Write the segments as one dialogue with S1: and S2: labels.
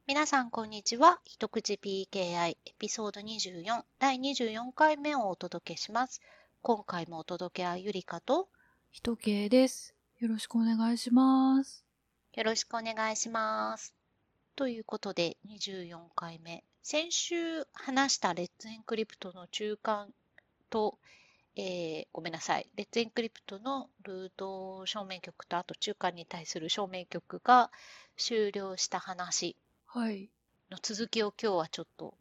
S1: 皆さん、こんにちは。一口 PKI エピソード24、第24回目をお届けします。今回もお届けはゆりかと、
S2: ひとけいです。よろしくお願いします。
S1: よろしくお願いします。ということで、24回目。先週話したレッツエンクリプトの中間と、ごめんなさい。レッツエンクリプトのルート証明曲と、あと中間に対する証明曲が終了した話
S2: はい。
S1: の続きを今日はちょっと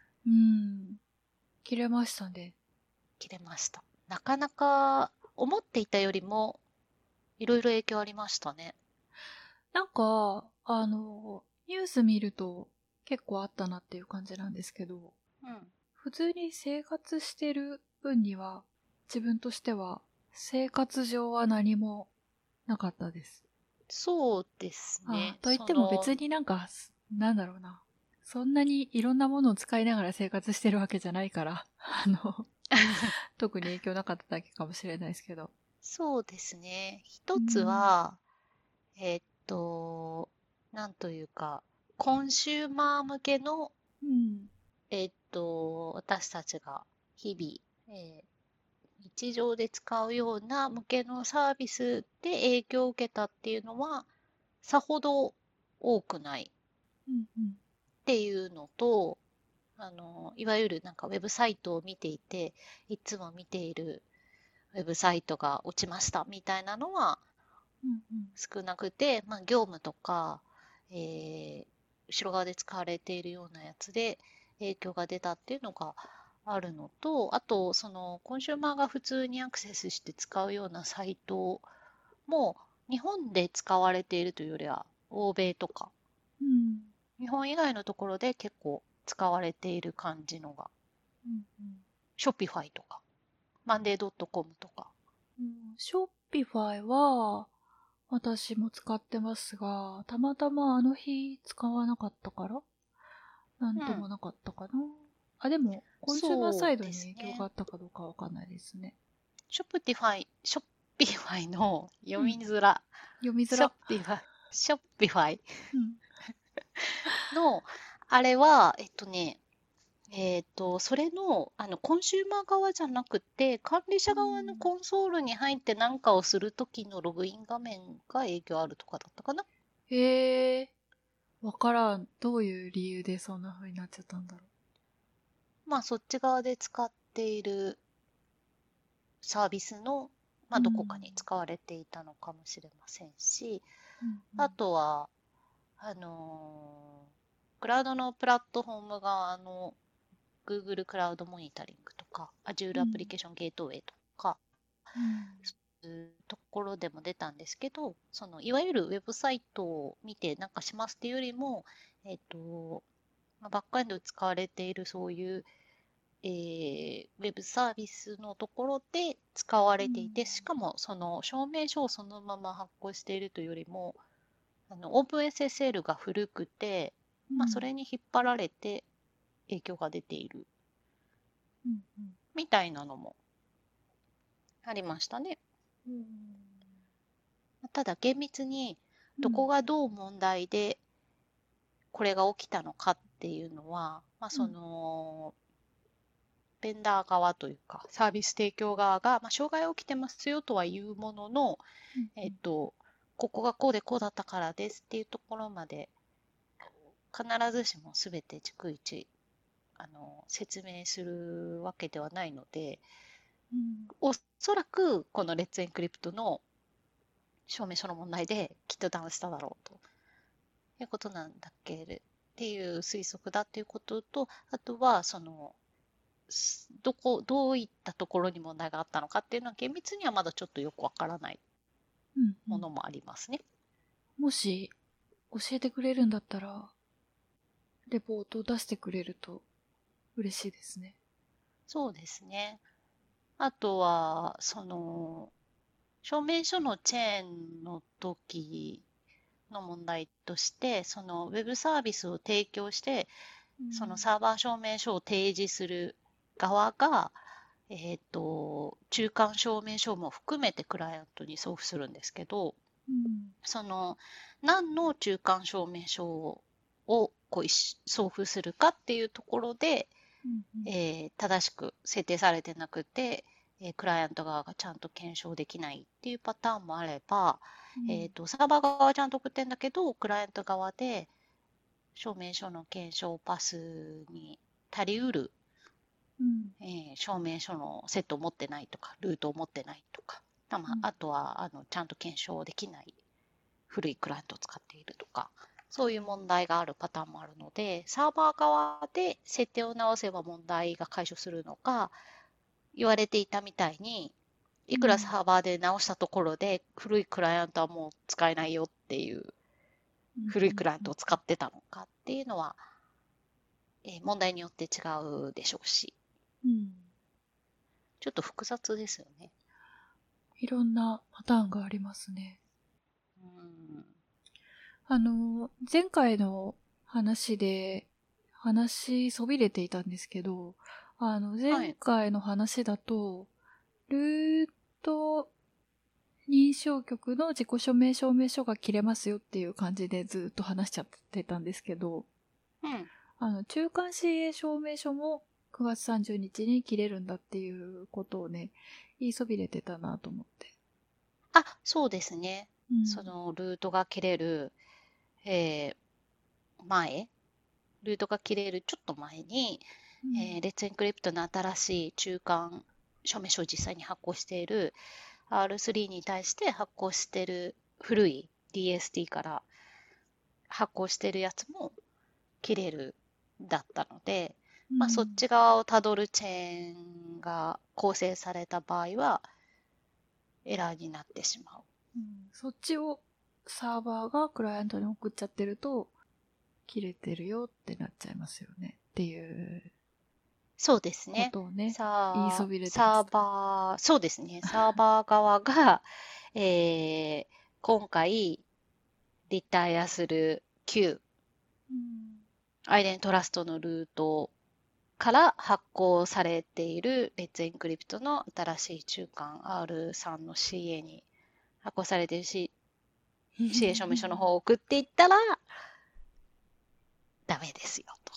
S2: 切れましたね。
S1: 切れました。なかなか思っていたよりもいろいろ影響ありましたね。
S2: なんか、ニュース見ると結構あったなっていう感じなんですけど、
S1: うん。
S2: 普通に生活してる分には、自分としては生活上は何もなかったです。
S1: そうですね。
S2: と言っても別になんか、なんだろうな。そんなにいろんなものを使いながら生活してるわけじゃないから、特に影響なかっただけかもしれないですけど。
S1: そうですね。
S2: う
S1: 一つ
S2: ん。
S1: は、えっと、なんというか、コンシューマー向けの、
S2: うん。
S1: 私たちが日々、日常で使うような向けのサービスで影響を受けたっていうのは、さほど多くない
S2: うんうん。
S1: っていうのと、いわゆるなんかウェブサイトを見ていて、いつも見ているウェブサイトが落ちましたみたいなのは
S2: うんうん。
S1: 少なくて、まあ、業務とか、えー後ろ側で使われているようなやつで影響が出たっていうのがあるのと、あと、そのコンシューマーが普通にアクセスして使うようなサイトも日本で使われているというよりは、欧米とか、
S2: うん。
S1: 日本以外のところで結構使われている感じのが、
S2: うんうん。
S1: ショッピファイとか、マンデードットコムとか。
S2: ショッピファイは、私も使ってますが、たまたまあの日使わなかったから、なん
S1: うん。
S2: ともなかったかな。でも、コンシューマーサ
S1: そう
S2: イドに影響が
S1: ですね。
S2: あったかどうかわかんないですね。
S1: ショッピファイの読
S2: うん。
S1: みづら。ショッ
S2: 読みづら。
S1: ピファイ、ショッピファイ
S2: うん。
S1: の、あれは、それの、コンシューマー側じゃなくて、管理
S2: う
S1: 者側の
S2: ん。
S1: コンソールに入って何かをするときのログイン画面が影響あるとかだったかな。
S2: へえ、わからん。どういう理由でそんな風になっちゃったんだろ
S1: まあ、そっち側で使っているサービスの、ま
S2: う。
S1: あ、
S2: うん。
S1: どこかに使われていたのかもしれませんし、
S2: うんう
S1: あ
S2: ん。
S1: とは、クラウドのプラットフォーム側の Google クラウドモニタリングとか、
S2: う
S1: Azure アプリ
S2: ん。
S1: ケーションゲートウェイとか、
S2: うん。
S1: そういうところでも出たんですけど、そのいわゆるウェブサイトを見てなんかしますっていうよりも、バックエンドで使われているそういう、ウェブサービスのところで使わ
S2: うん。
S1: れていて、しかもその証明書をそのまま発行しているというよりも、OpenSSL が古くて、まあ、そ
S2: うん。
S1: れに引っ張られて影響が出ている
S2: うんうん。
S1: みたいなのもありましたね。
S2: うん。
S1: ただ厳密に
S2: うん。
S1: どこがどう問題でこれが起きたのかっていうのは、まあ、そ
S2: うん。
S1: のベンダー側というかサービス提供側が、まあ、障害起きてますよとは言うものの、
S2: うん。うん。
S1: ここがこうでこうだったからですっていうところまで必ずしも全て逐一説明するわけではないので、
S2: うん。
S1: おそらくこのレッツエンクリプトの証明書の問題できっとダウンしただろうということなんだけれっていう推測だっていうことと、あとはそのどういったところに問題があったのかっていうのは厳密にはまだちょっとよくわからない
S2: うんうん。
S1: ものもありますね。
S2: もし教えてくれるんだったら、レポートを出してくれると嬉しいですね。
S1: そうですね。あとは、その、証明書のチェーンの時の問題として、そのウェブサービスを提供して、
S2: うん。
S1: そのサーバー証明書を提示する側が、中間証明書も含めてクライアントに送付するんですけど、
S2: うん。
S1: その、何の中間証明書を送付するかっていうところで、
S2: うん
S1: 正しく設定されてなくて、クライアント側がちゃんと検証できないっていうパターンもあれば、サーバー側はちゃんと送ってんだけど、クライアント側で証明書の検証パスに足りうる、証明書のセットを持ってないとか、ルートを持ってないとか、あとはちゃんと検証できない古いクライアントを使っているとか、そういう問題があるパターンもあるので、サーバー側で設定を直せば問題が解消するのか、言われていたみたいに、いくらサーバーで直したところで、古いクライアントはもう使えないよっていう、古いクライアントを使ってたのかっていうのは、問題によって違うでしょうし、ちょっと複雑ですよね。
S2: いろんなパターンがありますね。前回の話でそびれていたんですけど、前回の話だと、ルート認証局の自己署名証明書が切れますよっていう感じでずっと話しちゃってたんですけど、中間 CA 証明書も9月30日に切れるんだっていうことをね、言いそびれてたなと思って。
S1: そうですね。そのルートが切れる、ルートが切れるちょっと前に、レッツエンクリプトの新しい中間証明書を実際に発行している R3 に対して発行している古い DST から発行しているやつも切れるだったので、そっち側をたどるチェーンが構成された場合はエラーになってしまう。
S2: そっちをサーバーがクライアントに送っちゃってると切れてるよってなっちゃいますよねっていう
S1: そうですね。
S2: ことをね、言いそびれて
S1: サーバー、そうですね。サーバー側が、今回、リタイアする旧、アイデントラストのルートから発行されているレッツエンクリプトの新しい中間 R3 の CA に発行されているCA 証明書の方を送っていったら、ダメですよと。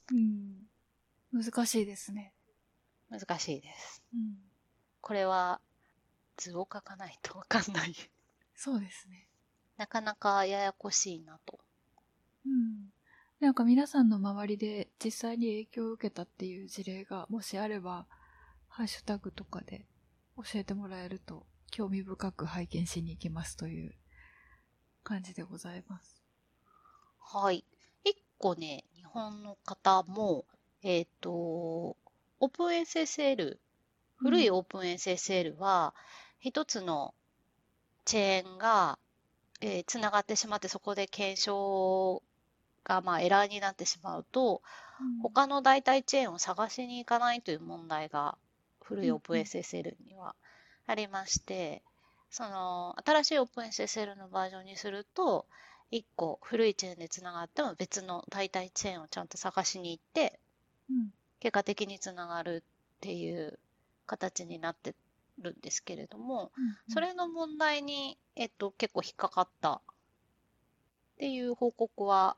S2: 難しいですね。
S1: 難しいです。これは図を書かないとわかんない。
S2: そうですね。
S1: なかなかややこしいなと。
S2: なんか皆さんの周りで実際に影響を受けたっていう事例がもしあれば、ハッシュタグとかで教えてもらえると興味深く拝見しに行きますという感じでございます。
S1: はい。一個ね、日本の方も、OpenSSL、古い OpenSSL は、一つのチェーンが、つながってしまって、そこで検証が、エラーになってしまうと、他の代替チェーンを探しに行かないという問題が、古い OpenSSL にはありまして、その、新しい OpenSSL のバージョンにすると、一個古いチェーンでつながっても別の代替チェーンをちゃんと探しに行って、結果的につながるっていう形になってるんですけれども、それの問題に、結構引っかかったっていう報告は、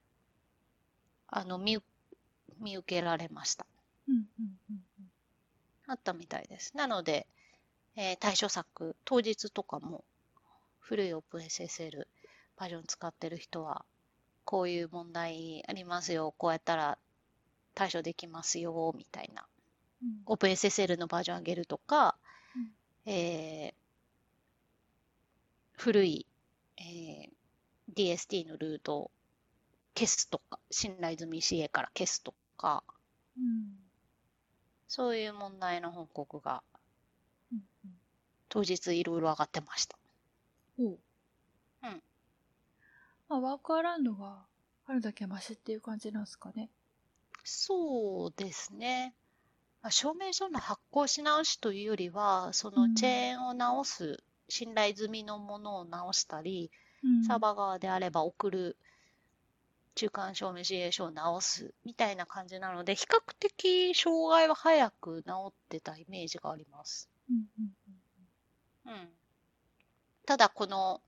S1: 見受けられました。あったみたいです。なので、対処策、当日とかも古い OpenSSL バージョン使ってる人は、こういう問題ありますよ、こうやったら対処できますよ、みたいな。OpenSSL のバージョン上げるとか、古い、DST のルートを消すとか、信頼済み CA から消すとか、そういう問題の報告が、当日いろいろ上がってました。
S2: ワークアラウンドがあるだけマシっていう感じなんですかね。
S1: そうですね。証明書の発行し直しというよりは、そのチェーンを直す、信頼済みのものを直したり、サーバー側であれば送る中間証明 CA 書を直すみたいな感じなので、比較的障害は早く直ってたイメージがあります。ただこの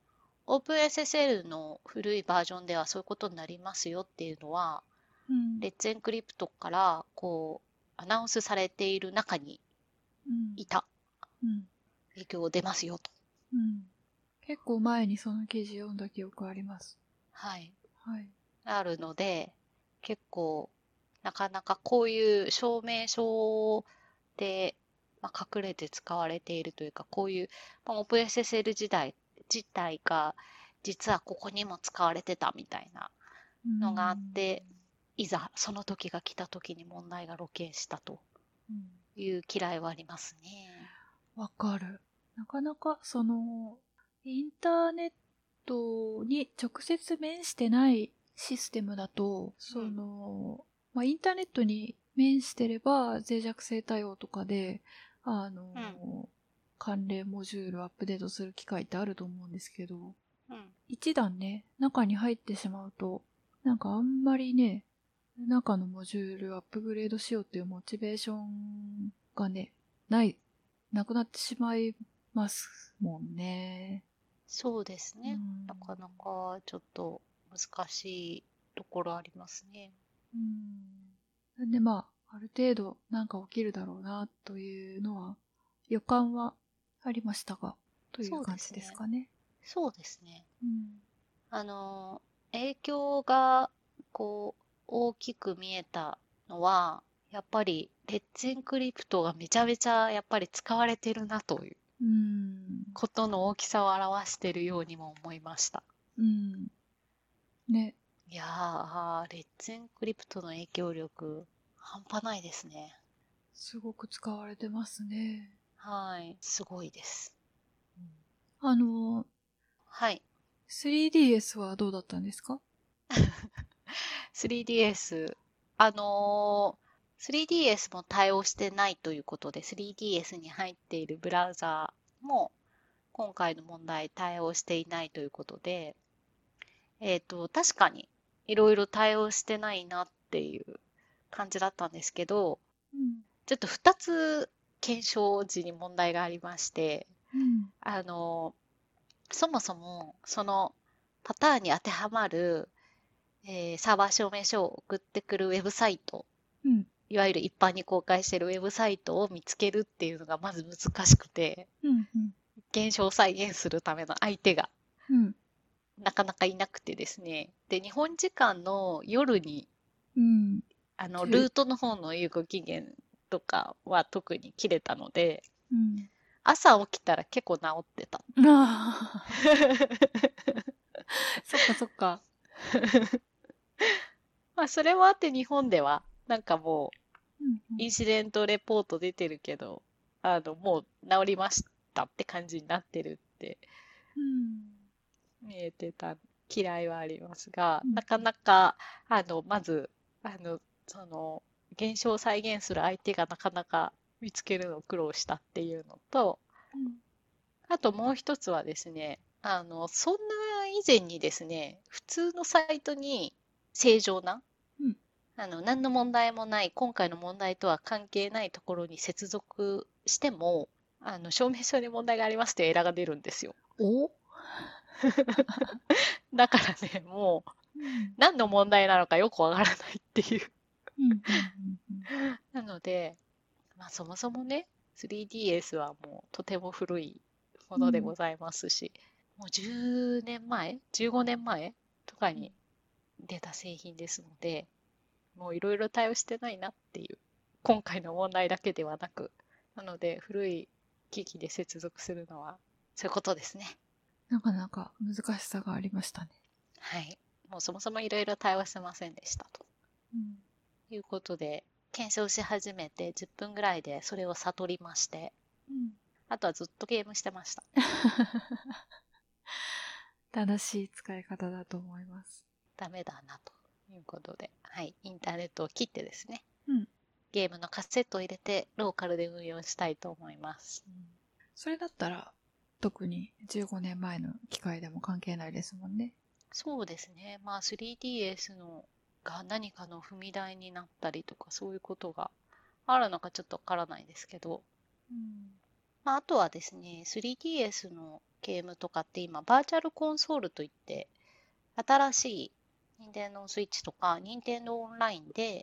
S1: OpenSSL の古いバージョンではそういうことになりますよっていうのは、
S2: うん。
S1: レッツエンクリプトからこうアナウンスされている中に
S2: うん。
S1: いた
S2: うん。
S1: 影響出ますよと。
S2: うん。結構前にその記事読んだ記憶あります。
S1: はい。
S2: はい。
S1: あるので、結構、なかなかこういう証明書で、隠れて使われているというか、こういう、OpenSSL 時代自体が、実はここにも使われてたみたいな
S2: う
S1: のがあっ
S2: ん。
S1: て、いざその時が来た時に問題が露見したと
S2: うん。
S1: いう嫌いはありますね。
S2: わかる。なかなかインターネットに直接面してないシステムだと、
S1: うん。
S2: インターネットに面してれば脆弱性対応とかで、
S1: うん。
S2: 関連モジュールをアップデートする機会ってあると思うんですけど、
S1: うん。
S2: 一段ね、中に入ってしまうと、なんかあんまりね、中のモジュールをアップグレードしようっていうモチベーションがね、ない、なくなってしまいますもんね。
S1: そうです
S2: う
S1: ね。なかな
S2: ん。
S1: かちょっと難しいところありますね。
S2: うん。なんである程度なんか起きるだろうなというのは予感はありましたが、という
S1: そうで
S2: 感じです
S1: すね。
S2: かね。
S1: そうですね。
S2: うん。
S1: あの、影響が、こう、大きく見えたのは、やっぱり、レッツエンクリプトがめちゃめちゃ、やっぱり使われてるなという
S2: うん。
S1: ことの大きさを表しているようにも思いました。
S2: うん。ね。
S1: いやー、レッツエンクリプトの影響力、半端ないですね。
S2: すごく使われてますね。
S1: はい。すごいです。
S2: あの、
S1: はい。
S2: 3DS はどうだったんですか？
S1: 3DS、あの 3DS も対応してないということで、3DS に入っているブラウザも今回の問題対応していないということで、確かにいろいろ対応してないなっていう感じだったんですけど、
S2: うん。
S1: ちょっと2つ検証時に問題がありまして、
S2: うん。
S1: あの、そもそもそのパターンに当てはまる、サーバー証明書を送ってくるウェブサイト、
S2: うん。
S1: いわゆる一般に公開しているウェブサイトを見つけるっていうのがまず難しくて、
S2: うん。うん。
S1: 現象を再現するための相手が
S2: うん。
S1: なかなかいなくてですね。で、日本時間の夜に、
S2: うん。
S1: ルートの方の有効期限とかは特に切れたので、
S2: うん。
S1: 朝起きたら結構治ってた。
S2: ああ、そっかそっか。
S1: まあ、それもあって日本では、なんかもう、
S2: うんうん。
S1: インシデントレポート出てるけど、もう治りましたって感じになってるって
S2: うん。
S1: 見えてた嫌いはありますが、
S2: うん。
S1: なかなか、まず、あの、その、現象を再現する相手がなかなか見つけるのを苦労したっていうのと、
S2: うん。
S1: あともう一つはですね、そんな以前にですね、普通のサイトに正常な、
S2: うん。
S1: 何の問題もない、今回の問題とは関係ないところに接続しても、証明書に問題がありますというエラーが出るんですよ。
S2: お。
S1: だからね、もう、
S2: うん。
S1: 何の問題なのかよくわからないっていう。
S2: うん。うん。うん。
S1: なので、そもそもね、3DS はもうとても古いもので
S2: うん。
S1: ございますし、もう10年前 ?15 年前とかに出た製品ですので、もういろいろ対応してないなっていう、今回の問題だけではなく、なので古い機器で接続するのはそういうことですね。
S2: なかなか難しさがありましたね。
S1: はい。もうそもそもいろいろ対応してませんでしたと
S2: うん。
S1: いうことで、検証し始めて10分ぐらいでそれを悟りまして、
S2: うん。
S1: あとはずっとゲームしてました。
S2: 正しい使い方だと思います。
S1: ダメだなということで、はい。インターネットを切ってですね、
S2: うん。
S1: ゲームのカセットを入れてローカルで運用したいと思います。
S2: それだったら、特に15年前の機械でも関係ないですもんね。
S1: そうですね。3DS のが何かの踏み台になったりとかそういうことがあるのかちょっとわからないですけど、
S2: うん。
S1: あとはですね、3DS のゲームとかって今、バーチャルコンソールといって、新しい任天堂スイッチとか、任天堂オンラインで、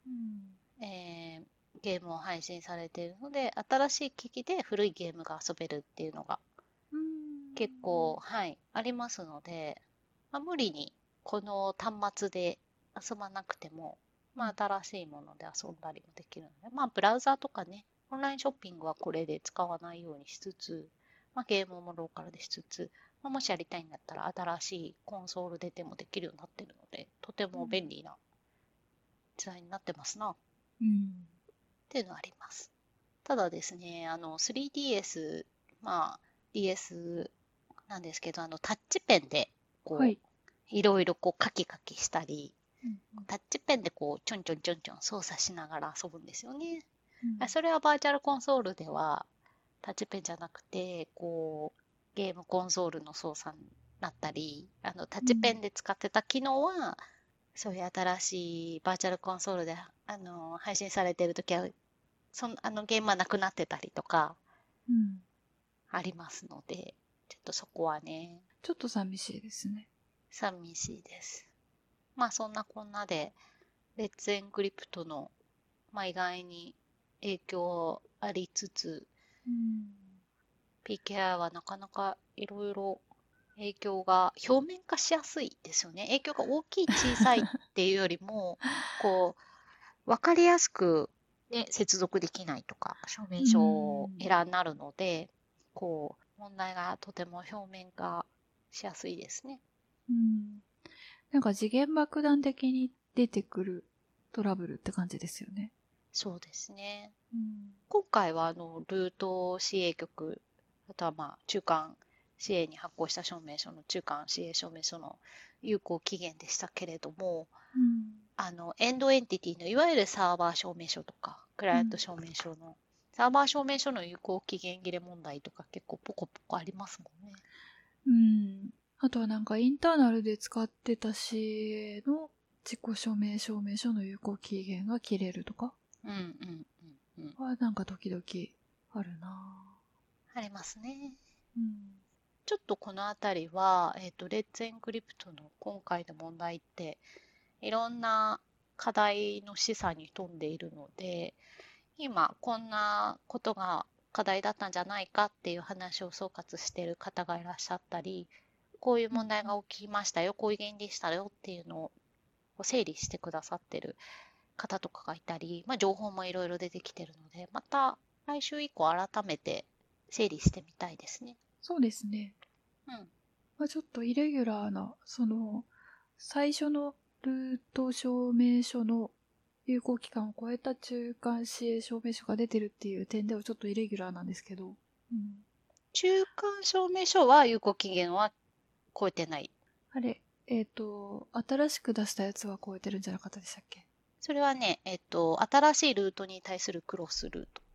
S1: ゲームを配信されているので、新しい機器で古いゲームが遊べるっていうのが結構、はい、ありますので、無理にこの端末で遊ばなくても、新しいもので遊んだりもできるので、ブラウザとかね、オンラインショッピングはこれで使わないようにしつつ、ゲームもローカルでしつつ、もしやりたいんだったら新しいコンソールででもできるようになってるので、とても便利な時代になってますな、っていうのはあります。ただですね、3DS、DS なんですけど、タッチペンで、いろいろカキカキしたり、タッチペンでちょんちょんちょんちょん操作しながら遊ぶんですよね。それはバーチャルコンソールでは、タッチペンじゃなくて、ゲームコンソールの操作になったり、タッチペンで使ってた機能は、そういう新しいバーチャルコンソールで、配信されてるときは、ゲームはなくなってたりとか、ありますので、ちょっとそこはね。
S2: ちょっと寂しいですね。
S1: 寂しいです。そんなこんなで、レッツエンクリプトの、意外に影響ありつつ、PKI はなかなかいろいろ影響が表面化しやすいですよね。影響が大きい小さいっていうよりも、わかりやすく、ね、接続できないとか、証明書エラーになるので、問題がとても表面化しやすいですね。
S2: なんか次元爆弾的に出てくるトラブルって感じですよね。
S1: そうですね。今回はルート CA 局、あとは中間 CA に発行した証明書の中間 CA 証明書の有効期限でしたけれども、エンドエンティティのいわゆるサーバー証明書とか、クライアント証明書の、サーバー証明書の有効期限切れ問題とか結構ポコポコありますもんね。
S2: あとはなんかインターナルで使ってた CA の自己証明証明書の有効期限が切れるとかはなんか時々あるな
S1: ぁ。ありますね。ちょっとこのあたりは、レッツエンクリプトの今回の問題って、いろんな課題の示唆に富んでいるので、今こんなことが課題だったんじゃないかっていう話を総括している方がいらっしゃったり、こういう問題が起きましたよ、こういう原因でしたよっていうのを整理してくださってる方とかがいたり、情報もいろいろ出てきてるので、また来週以降改めて整理してみたいですね。
S2: そうですね。ちょっとイレギュラーな、最初のルート証明書の有効期間を超えた中間市営証明書が出てるっていう点ではちょっとイレギュラーなんですけど。
S1: 中間証明書は有効期限は超えてない。
S2: あれ、新しく出したやつは超えてるんじゃなかったでしたっけ？
S1: それはね、新しいルートに対するクロスルート。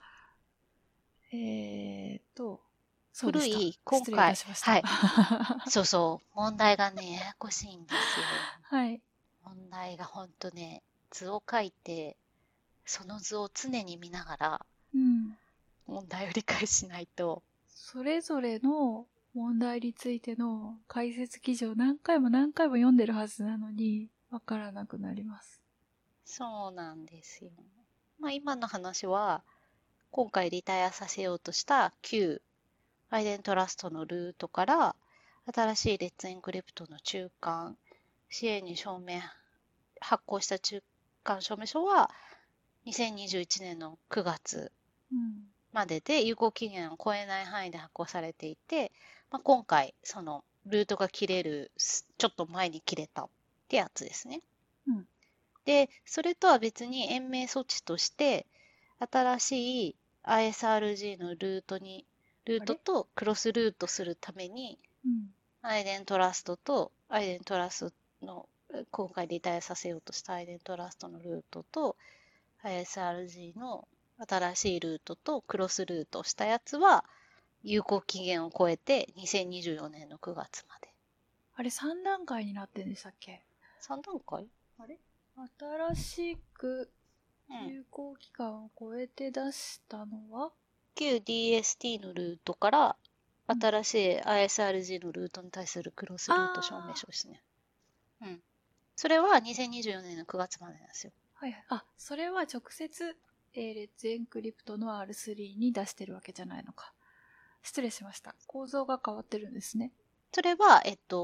S2: そうでした。
S1: 古い、今
S2: 失礼いたしました。
S1: はい。そうそう。問題がね、ややこしいんですよ。
S2: はい。
S1: 問題がほんとね、図を書いて、その図を常に見ながら、問題を理解しないと。
S2: それぞれの問題についての解説記事を何回も何回も読んでるはずなのに、わからなくなります。
S1: そうなんですよ。今の話は、今回リタイアさせようとした旧アイデントラストのルートから、新しいレッツエンクリプトの中間、支援に発行した中間証明書は、2021年の9月までで有効期限を超えない範囲で発行されていて、今回、そのルートが切れる、ちょっと前に切れたってやつですね。で、それとは別に延命措置として、新しい ISRG のルートとクロスルートするために、アイデントラストとアイデントラストの今回リタイアさせようとしたアイデントラストのルートと ISRG の新しいルートとクロスルートしたやつは有効期限を超えて2024年の9月まで。
S2: あれ3段階になってんでしたっけ？
S1: 3段階？
S2: あれ新しく有効期間を超えて出したのは、
S1: 旧 DST のルートから新しい ISRG のルートに対するクロスルート証明書
S2: あ
S1: ですね。うん。それは2024年の9月までなんですよ。
S2: はいはい。あ、それは直接、レッツエンクリプトの R3 に出してるわけじゃないのか。失礼しました。構造が変わってるんですね。
S1: それは、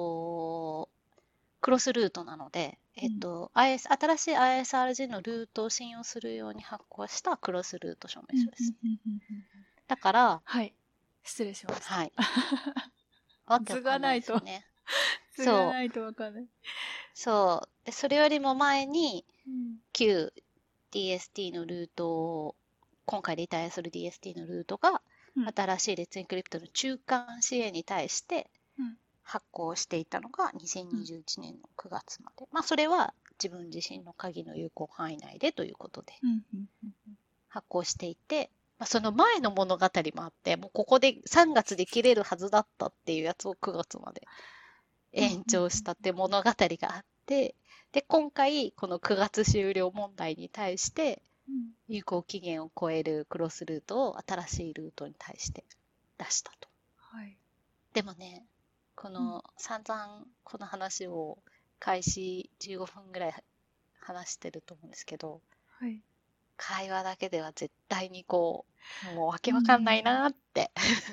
S1: クロスルートなので、新しい ISRG のルートを信用するように発行したクロスルート証明書です。だから、
S2: はい。失礼しました。
S1: はい。わけわ
S2: 図
S1: かんない
S2: がないと、
S1: ですよね。
S2: 図が
S1: そう。
S2: ないとわかんない。
S1: そう。で、それよりも前に、
S2: うん。
S1: 旧 DST のルートを、今回リタイアする DST のルートが、
S2: うん。
S1: 新しいレッツエンクリプトの中間支援に対して
S2: うん
S1: 発行していたのが2021年の9月まで。まあ、それは自分自身の鍵の有効範囲内でということで
S2: うんうん
S1: 発行していて、まあ、その前の物語もあって、もうここで3月で切れるはずだったっていうやつを9月まで延長したって物語があって、で、今回、この9月終了問題に対して、有効期限を超えるクロスルートを新しいルートに対して出したと。
S2: はい。
S1: でもね、この散々この話を開始15分ぐらい話してると思うんですけど、
S2: はい。
S1: 会話だけでは絶対にこう、もうわけわかんないなーって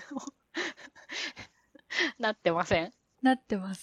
S1: なってません？
S2: なってます。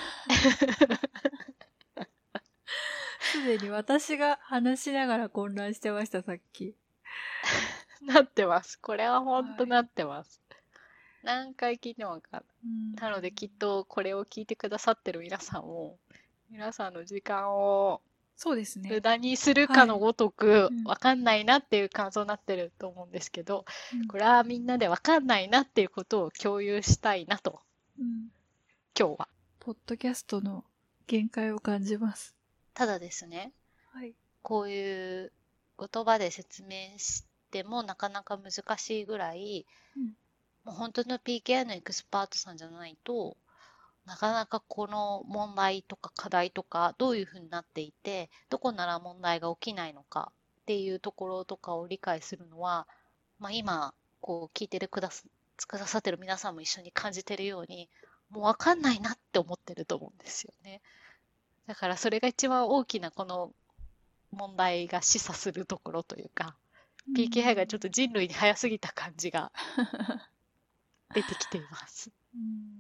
S2: すでに私が話しながら混乱してました、さっき。
S1: なってます。これは本当
S2: はい。
S1: なってます。何回聞いてもわかんない。
S2: うん。
S1: なのできっとこれを聞いてくださってる皆さんも、皆さんの時間を
S2: そうですね。
S1: 無駄にするか
S2: はい。
S1: のごとく
S2: うん。
S1: わかんないなっていう感想になってると思うんですけど、
S2: うん。
S1: これはみんなでわかんないなっていうことを共有したいなと、
S2: うん。
S1: 今日は。
S2: ポッドキャストの限界を感じます。
S1: ただですね、
S2: はい。
S1: こういう言葉で説明してもなかなか難しいぐらい、
S2: うん。
S1: もう本当の PKI のエクスパートさんじゃないと、なかなかこの問題とか課題とかどういうふうになっていて、どこなら問題が起きないのかっていうところとかを理解するのは、まあ、今こう聞いてくださってる皆さんも一緒に感じてるように、もうわかんないなって思ってると思うんですよね。だからそれが一番大きなこの問題が示唆するところというか、PKI がちょっと人類に早すぎた感じが出てきています。
S2: うん。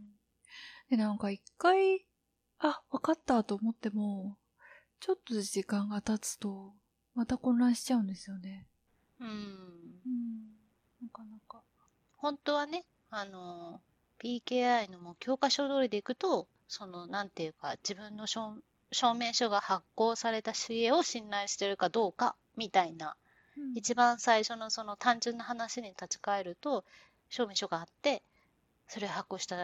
S2: で、なんか一回、あ、わかったと思っても、ちょっと時間が経つと、また混乱しちゃうんですよね。
S1: うん。
S2: なかなか。
S1: 本当はね、PKI のもう教科書通りでいくと、なんていうか、自分の証明書が発行された CA を信頼してるかどうか、みたいな、一番最初のその単純な話に立ち返ると、証明書があって、それを発行した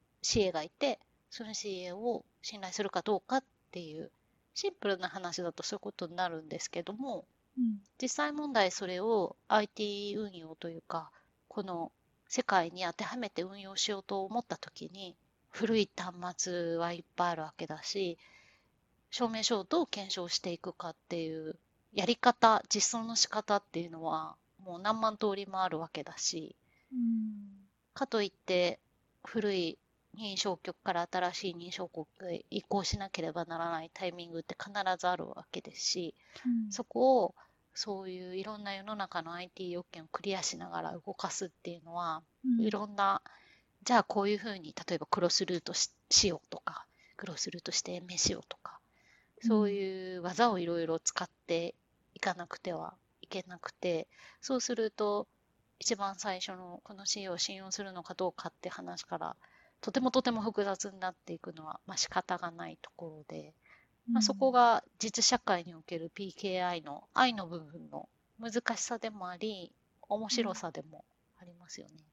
S1: CA がいて、その CA を信頼するかどうかっていう、シンプルな話だとそういうことになるんですけども、実際問題それを IT 運用というか、この世界に当てはめて運用しようと思った時に、古い端末はいっぱいあるわけだし、証明書をどう検証していくかっていうやり方、実装の仕方っていうのはもう何万通りもあるわけだし、かといって古い認証局から新しい認証国へ移行しなければならないタイミングって必ずあるわけですし、そこをそういういろんな世の中の IT 要件をクリアしながら動かすっていうのは、いろんな、じゃあこういうふうに例えばクロスルートしようとか、クロスルートして延命しようとか、そういう技をいろいろ使っていかなくてはいけなくて、そうすると一番最初のこの CEO を信用するのかどうかって話からとてもとても複雑になっていくのは、まあ、仕方がないところで、まあ、そこが実社会における PKI の愛の部分の難しさでもあり、面白さでもありますよね。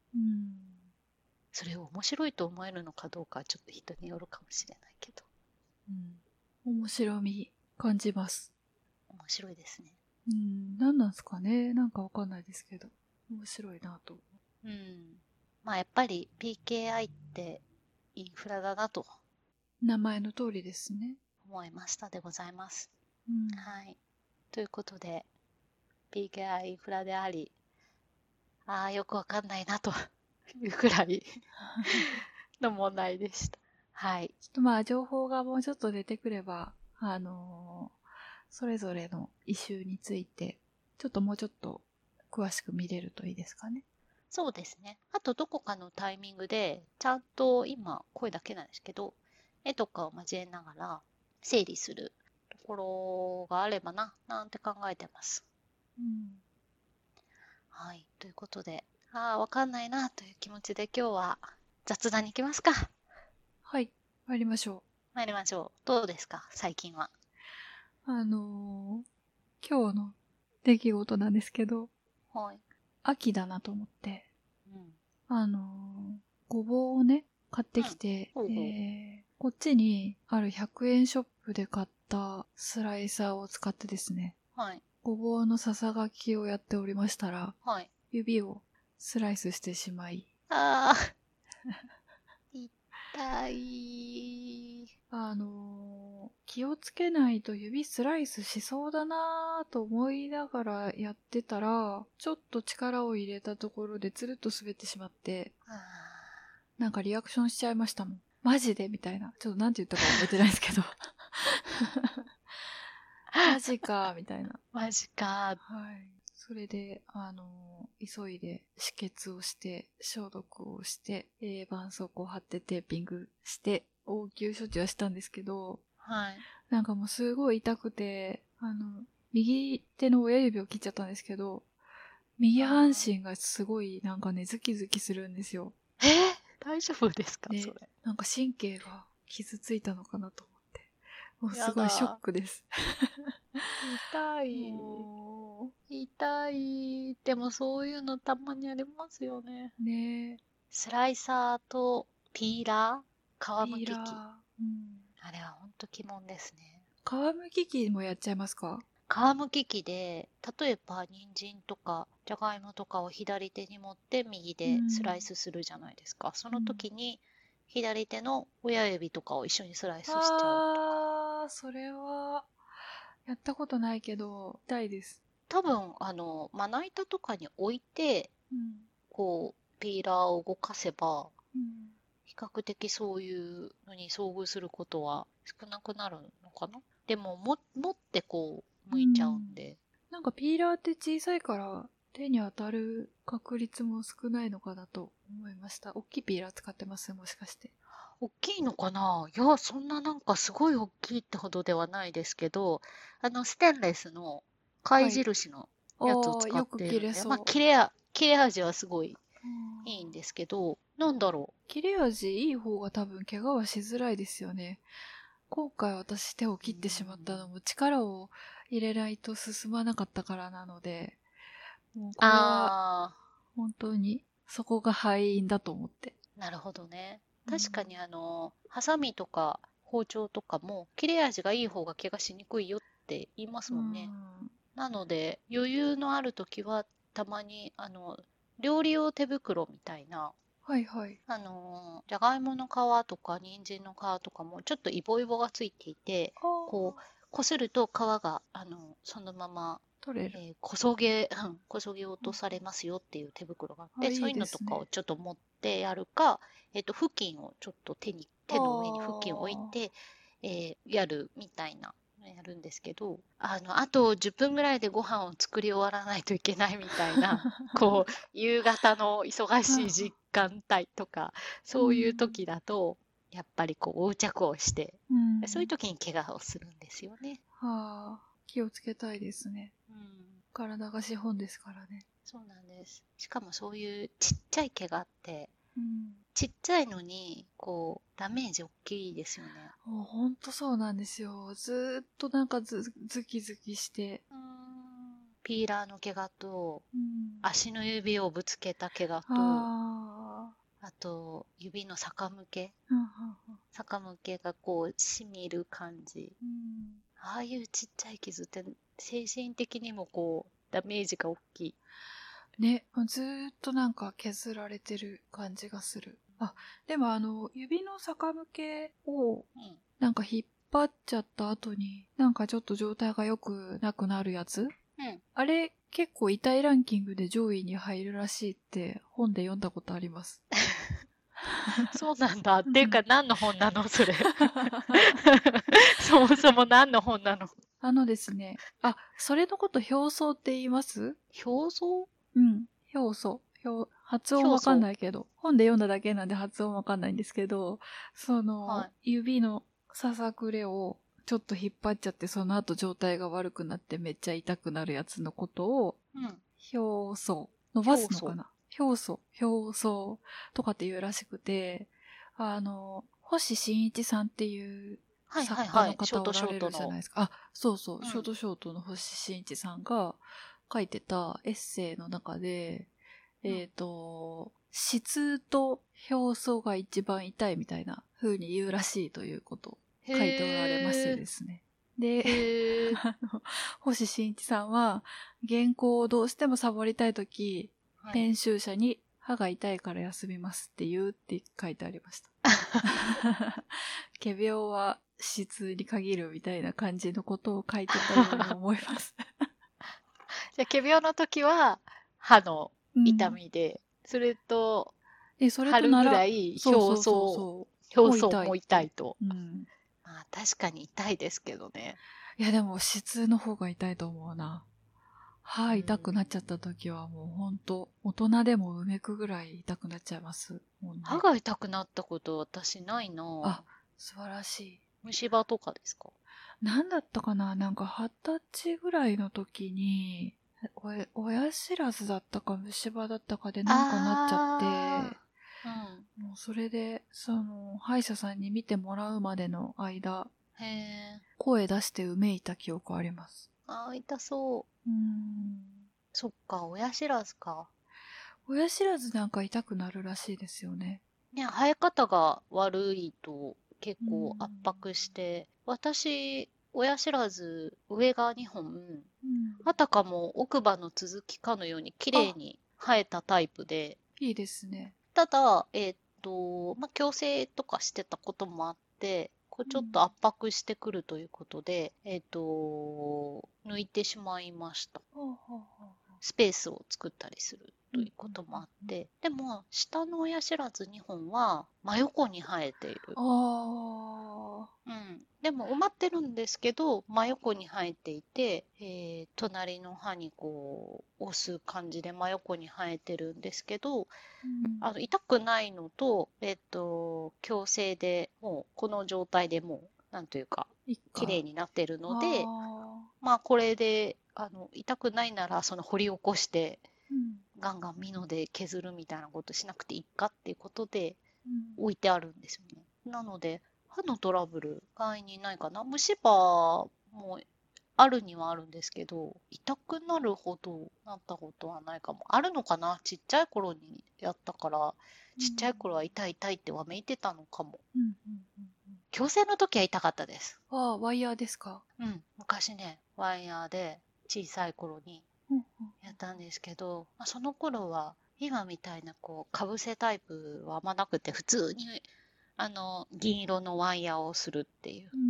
S1: それを面白いと思えるのかどうかはちょっと人によるかもしれないけど。
S2: 面白み感じます。
S1: 面白いですね。
S2: 何なんすかね、なんかわかんないですけど。面白いなと。
S1: まあやっぱり PKI ってインフラだなと
S2: 名前の通りですね。
S1: 思いましたでございます。はい。ということで、PKI インフラであり、よくわかんないなというくらいの問題でした。はい。
S2: ちょっとまあ情報がもうちょっと出てくれば、それぞれのイシューについて、ちょっともうちょっと詳しく見れるといいですかね。
S1: そうですね。あとどこかのタイミングで、ちゃんと今声だけなんですけど、絵とかを交えながら整理するところがあればな、なんて考えてます。
S2: うん。
S1: はい。ということで、わかんないなという気持ちで今日は雑談に行きますか。
S2: はい、参りましょ
S1: 参りましょう。どうですか最近は。
S2: う。今日の出来事なんですけど、
S1: はい。
S2: 秋だなと思って、
S1: うん。
S2: ごぼうをね、買って
S1: うん。
S2: きて、
S1: ほうほう。
S2: こっちにある100円ショップで買ったスライサーを使ってですね、
S1: はい。
S2: ごぼうのささがきをやっておりましたら、
S1: はい。
S2: 指をスライスしてしまい、
S1: ああ、痛い。
S2: 気をつけないと指スライスしそうだなぁと思いながらやってたら、ちょっと力を入れたところでつるっと滑ってしまって、
S1: あ
S2: なんかリアクションしちゃいましたもん。マジでみたいな。ちょっとなんて言ったか覚えてないですけど。マジかみたいな。
S1: マジか。
S2: はい。それで、急いで止血をして、消毒をして、絆創膏を貼ってテーピングして、応急処置はしたんですけど、
S1: はい。
S2: なんかもうすごい痛くて、右手の親指を切っちゃったんですけど、右半
S1: あ
S2: 身がすごいなんかね、ズキズキするんですよ。
S1: 大丈夫ですかそ
S2: で、
S1: れ。
S2: なんか神経が傷ついたのかなと思って。もうす
S1: や
S2: ごいショッ
S1: だ。
S2: クです。
S1: 痛い。
S2: も
S1: 痛い。でもそういうのたまにありますよね。
S2: う、ねえ、
S1: スライサーとピーラー皮む
S2: ピーラー。
S1: き器。
S2: うん。
S1: あれはほんと鬼門ですね。
S2: 皮むき器もやっちゃいますか？
S1: 皮むき器で、例えば人参とかじゃがいもとかを左手に持って右
S2: う
S1: でスライ
S2: ん。
S1: スするじゃないですか。その
S2: うん。
S1: 時に左手の親指とかを一緒にスライスしちゃうとか。
S2: それは、やったことないけど、痛いです。
S1: 多分、まな板とかに置いて、
S2: うん。
S1: こう、ピーラーを動かせば、
S2: うん。
S1: 比較的そういうのに遭遇することは少なくなるのかな。でも、持ってこう、
S2: う
S1: 剥いちゃうん
S2: ん。
S1: で。
S2: なんかピーラーって小さいから手に当たる確率も少ないのかなと思いました。大きいピーラー使ってますもしかして。
S1: 大きいのかないや、そんななんかすごい大きいってほどではないですけど、ステンレスの貝
S2: はい。
S1: 印のやつを
S2: ああ、
S1: 使っ
S2: よく切
S1: ているんで、まあ、
S2: れそ
S1: 切れ味はすごい
S2: う。うん。
S1: いいんですけど、なんだろ
S2: 切れ味いい方が多分怪我はしづらいですよね。今回私手を
S1: う。うー
S2: 切ってしまったの
S1: ん。
S2: も力を入れないと進まなかったからなので、もうこれは
S1: あ
S2: 本当にそこが敗因だと思って。
S1: なるほどね。
S2: うん。
S1: 確かにハサミとか包丁とかも切れ味がいい方が怪我しにくいよって言います
S2: う
S1: もんね。
S2: ん。
S1: なので、余裕のあるときは、たまに、料理用手袋みたいな、
S2: はいはい。
S1: じゃがいもの皮とか、人参の皮とかも、ちょっとイボイボがついていて、
S2: あ
S1: こう、
S2: あ、
S1: こすると皮が、そのまま、
S2: 取れる。
S1: こそげ落とされますよっていう手袋があっ
S2: あ、
S1: て、
S2: いい
S1: そういうのとかを
S2: ですね。
S1: ちょっと持ってやるか、布巾をちょっと
S2: あ
S1: 手の上に布巾を置い
S2: あ、
S1: て、やるみたいな、やるんですけど、あと10分ぐらいでご飯を作り終わらないといけないみたいな、こう、夕方の忙しい時間帯とか、
S2: う
S1: そういう
S2: ん。
S1: 時だと、やっぱりこう、横着をして、
S2: うん。
S1: そういう時に怪我をするんですよね。
S2: はあ、気をつけたいですね。
S1: うん。
S2: 体が資本ですからね。
S1: そうなんです。しかもそういうちっちゃい怪我って、
S2: うん。
S1: ちっちゃいのに、こう、ダメージ大きいですよね。
S2: もうほんとそうなんですよ。ずーっとなんかズキズキして。
S1: ピーラーの怪我と、
S2: うん。
S1: 足の指をぶつけた怪我と、
S2: ああ。
S1: あと、指の逆向け。
S2: うんうん
S1: 逆向けがこう、しみる感じ。
S2: うん。
S1: ああいうちっちゃい傷って、精神的にもこう、ダメージが大きい。
S2: ね、ずーっとなんか削られてる感じがする。あ、でも指の逆向けを
S1: うん。
S2: なんか引っ張っちゃった後に、なんかちょっと状態が良くなくなるやつ、
S1: うん。
S2: あれ結構痛いランキングで上位に入るらしいって本で読んだことあります。
S1: そうなんだ。っていうか、
S2: うん。
S1: 何の本なのそれ。そもそも何の本なの？
S2: ですね。それのこと表層って言います？
S1: 表層？
S2: うん。表層。発音わかん
S1: 表層。
S2: ないけど。本で読んだだけなんで発音わかんないんですけど、
S1: はい。
S2: 指のささくれをちょっと引っ張っちゃって、その後状態が悪くなってめっちゃ痛くなるやつのことを、
S1: うん。
S2: 表層。伸ばす
S1: 表層。
S2: のかな？表層とかって言うらしくて、星新一さんっていう
S1: はい
S2: 作家
S1: はいはい。ショー
S2: の方
S1: トショー
S2: おられるじゃない
S1: トの。
S2: ですか。そうそう、
S1: うん。
S2: ショートの星新一さんが書いてたエッセイの中で、
S1: うん。
S2: 質と表層が一番痛いみたいな風に言うらしいということを書いておられまして
S1: へえ。
S2: ですね。で、
S1: へえ。
S2: 星新一さんは原稿をどうしてもサボりたいとき、
S1: はい。
S2: 編集者に歯が痛いから休みますって言うって書いてありました。仮病は質に限るみたいな感じのことを書いてたように思います。
S1: じゃあ、仮病の時は歯の痛
S2: うん。
S1: みで、それと
S2: それと
S1: 春ぐらい
S2: そうそうそうそう。もう
S1: 表層も
S2: 痛いって。
S1: 痛いと。
S2: うん。
S1: まあ、確かに痛いですけどね。
S2: いやでも質の方が痛いと思うな。歯
S1: う
S2: 痛くなっちゃっ
S1: ん。
S2: た時はもうほんと、大人でもうめくぐらい痛くなっちゃいます。もんね。
S1: 歯が痛くなったこと私ないなぁ。
S2: あ、素晴らしい。
S1: 虫歯とかですか？
S2: なんだったかな、なんか20歳ぐらいの時に、親知らずだったか虫歯だったかでなんかなっちゃって、
S1: ああ、
S2: もうそれで、歯医者さんに見てもらうまでの間、
S1: うん。へえ。
S2: 声出してうめいた記憶あります。
S1: ああ、痛そう。
S2: うーん。
S1: そっか、親知らずか。
S2: 親知らずなんか痛くなるらしいですよね。
S1: ね、生え方が悪いと結
S2: うー
S1: 構圧
S2: ん。
S1: 迫して、私、親知らず上が2本、
S2: うん。
S1: あたかも奥歯の続きかのように綺麗
S2: あ、
S1: に生えたタイプで、
S2: いいですね。
S1: ただ、まあ、矯正とかしてたこともあって、こうちょっと
S2: うん。
S1: 圧迫してくるということで、抜いてしまいました。
S2: ほうほうほうほ
S1: スペースを作ったりする
S2: う。うん、
S1: という
S2: うん、
S1: こともあっ
S2: うん。
S1: て、でも、下の親知らず2本は真横に生えている。
S2: ああ。
S1: うん。でも埋まってるんですけど、真横に生えていて、隣の歯にこう、押す感じで真横に生えてるんですけど、
S2: うん。
S1: 痛くないのと、矯正でもう、この状態でもう、なんというか、
S2: いっか。
S1: 綺麗になってるので、
S2: ああ。
S1: まあ、これで、痛くないなら、その掘り起こして、
S2: うん。
S1: ガンガンミノで削るみたいなことしなくていいかっていうことで
S2: うん。
S1: 置いてあるんですよね。なので、歯のトラブル、外にないかな。虫歯もあるにはあるんですけど、痛くなるほどなったことはないかも。あるのかな、ちっちゃい頃にやったから、
S2: うん。
S1: ちっちゃい頃は痛い痛いってわめいてたのかも。
S2: うん。うん。うん。
S1: 矯正の時は痛かったです。
S2: ワイヤーですか？
S1: うん。昔ね、ワイヤーで小さい頃に
S2: うん。うん。
S1: やったんですけど、まあ、その頃は今みたいなこう、かぶせタイプはあんまなくて、普通に銀色のワイヤーをするっていう。
S2: うん。